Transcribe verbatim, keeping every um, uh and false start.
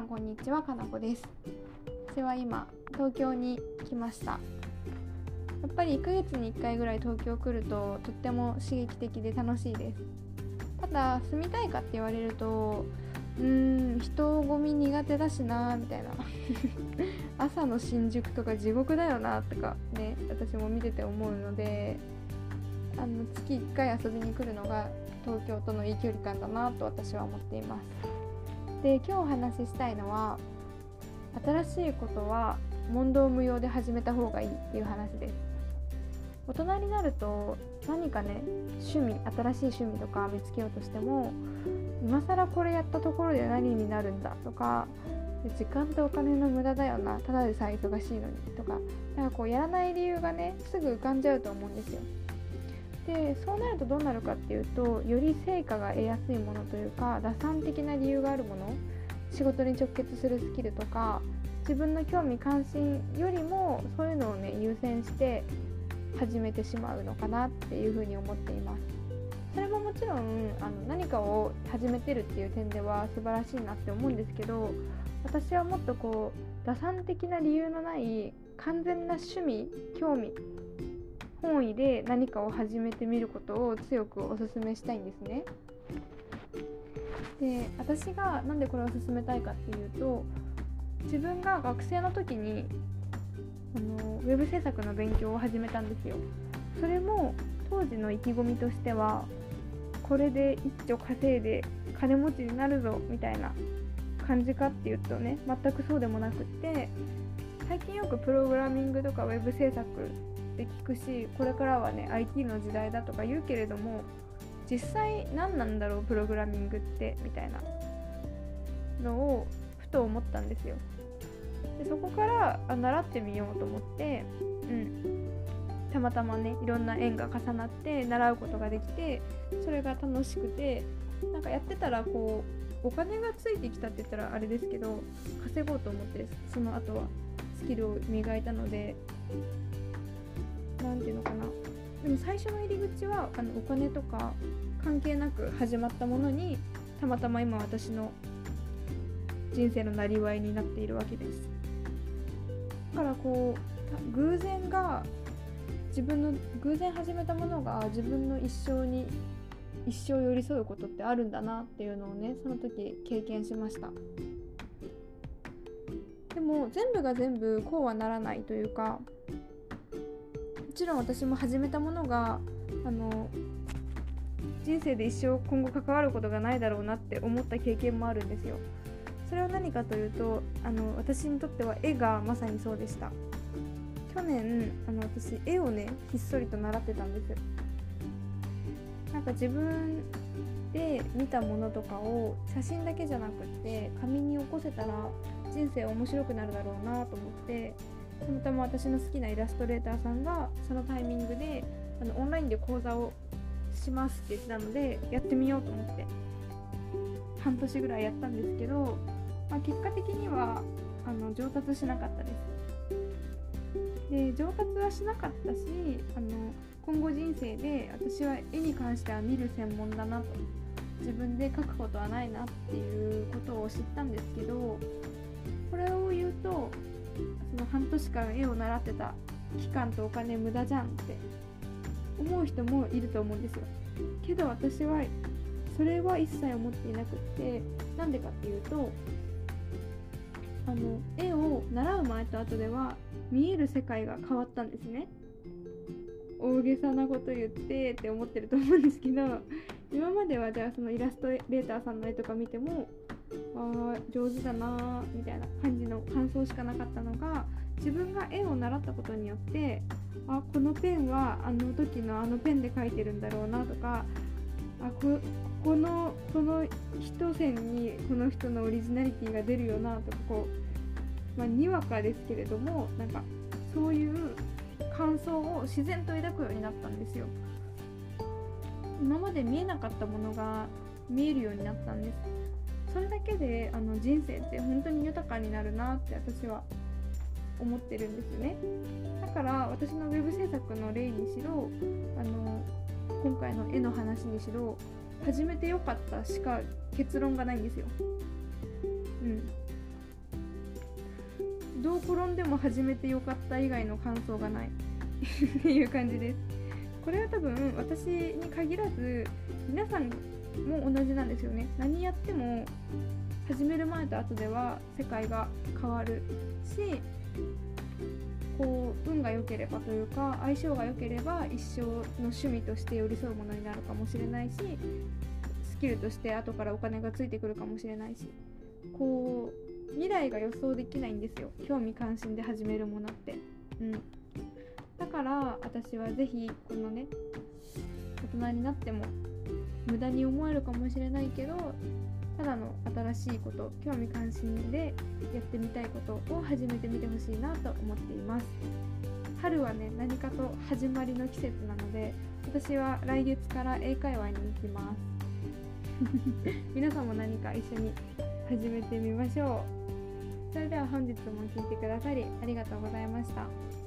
んこんにちは、かなこです。私は今東京に来ました。やっぱりいっかげつにいっかいぐらい東京来るととっても刺激的で楽しいです。ただ住みたいかって言われるとうーん人混み苦手だしなみたいな朝の新宿とか地獄だよなとかね、私も見てて思うので、あの月いっかい遊びに来るのが東京とのいい距離感だなと私は思っています。で、今日お話ししたいのは、新しいことは問答無用で始めた方がいいっていう話です。大人になると何かね、趣味新しい趣味とか見つけようとしても、今更これやったところで何になるんだとか、時間とお金の無駄だよな、ただでさえ忙しいのにとか、なんかこうやらない理由がねすぐ浮かんじゃうと思うんですよ。で、そうなるとどうなるかっていうと、より成果が得やすいものというか、打算的な理由があるもの、仕事に直結するスキルとか、自分の興味関心よりもそういうのをね優先して始めてしまうのかなっていうふうに思っています。それももちろんあの何かを始めてるっていう点では素晴らしいなって思うんですけど、私はもっとこう打算的な理由のない完全な趣味、興味本意で何かを始めてみることを強くお勧めしたいんですね。で、私がなんでこれを勧めたいかっていうと、自分が学生の時にあのウェブ制作の勉強を始めたんですよ。それも当時の意気込みとしては、これで一丁稼いで金持ちになるぞみたいな感じかっていうとね、全くそうでもなくって、最近よくプログラミングとかウェブ制作で聞くし、これからはね アイティー の時代だとか言うけれども、実際何なんだろうプログラミングってみたいなのをふと思ったんですよ。で、そこからあ習ってみようと思って、うん、たまたまねいろんな縁が重なって習うことができて、それが楽しくて、なんかやってたらこうお金がついてきたって言ったらあれですけど、稼ごうと思ってその後はスキルを磨いたので、なんていうのかな、でも最初の入り口はあのお金とか関係なく始まったものに、たまたま今私の人生のなりわいになっているわけです。だからこう偶然が自分の偶然始めたものが自分の一生に一生寄り添うことってあるんだなっていうのをね、その時経験しました。でも全部が全部こうはならないというか、もちろん私も始めたものがあの人生で一生今後関わることがないだろうなって思った経験もあるんですよ。それは何かというと、あの私にとっては絵がまさにそうでした。去年あの私絵をねひっそりと習ってたんです。なんか自分で見たものとかを写真だけじゃなくって紙に起こせたら人生面白くなるだろうなと思って、たまたま私の好きなイラストレーターさんがそのタイミングであのオンラインで講座をしますって言ってたので、やってみようと思って半年ぐらいやったんですけど、まあ、結果的にはあの上達しなかったです。で、上達はしなかったし、あの今後人生で私は絵に関しては見る専門だなと、自分で描くことはないなっていうことを知ったんですけど、これを言うとその半年間絵を習ってた期間とお金無駄じゃんって思う人もいると思うんですよ。けど私はそれは一切思っていなくって、なんでかっていうと、あの絵を習う前と後では見える世界が変わったんですね。大げさなこと言ってって思ってると思うんですけど、今まではじゃあそのイラストレーターさんの絵とか見ても、あ上手だなみたいな感じの感想しかなかったのが、自分が絵を習ったことによって、あこのペンはあの時のあのペンで描いてるんだろうなとか、あ こ, このこの一線にこの人のオリジナリティが出るよなとか、こう、まあ、にわかですけれども、なんかそういう感想を自然と抱くようになったんですよ。今まで見えなかったものが見えるようになったんです。それだけであの人生って本当に豊かになるなって私は思ってるんですよね。だから私のウェブ制作の例にしろ、あの今回の絵の話にしろ、始めてよかったしか結論がないんですよ。うん。 どう転んでも始めてよかった以外の感想がないっていう感じです。これは多分私に限らず皆さんも同じなんですよね。何やっても始める前と後では世界が変わるし、こう運が良ければというか相性が良ければ一生の趣味として寄り添うものになるかもしれないし、スキルとして後からお金がついてくるかもしれないし、こう未来が予想できないんですよ、興味関心で始めるものって。うんだから私はぜひこのね、大人になっても無駄に思えるかもしれないけど、ただの新しいこと、興味関心でやってみたいことを始めてみてほしいなと思っています。春はね、何かと始まりの季節なので、私は来月から英会話に行きます皆さんも何か一緒に始めてみましょう。それでは本日も聞いてくださりありがとうございました。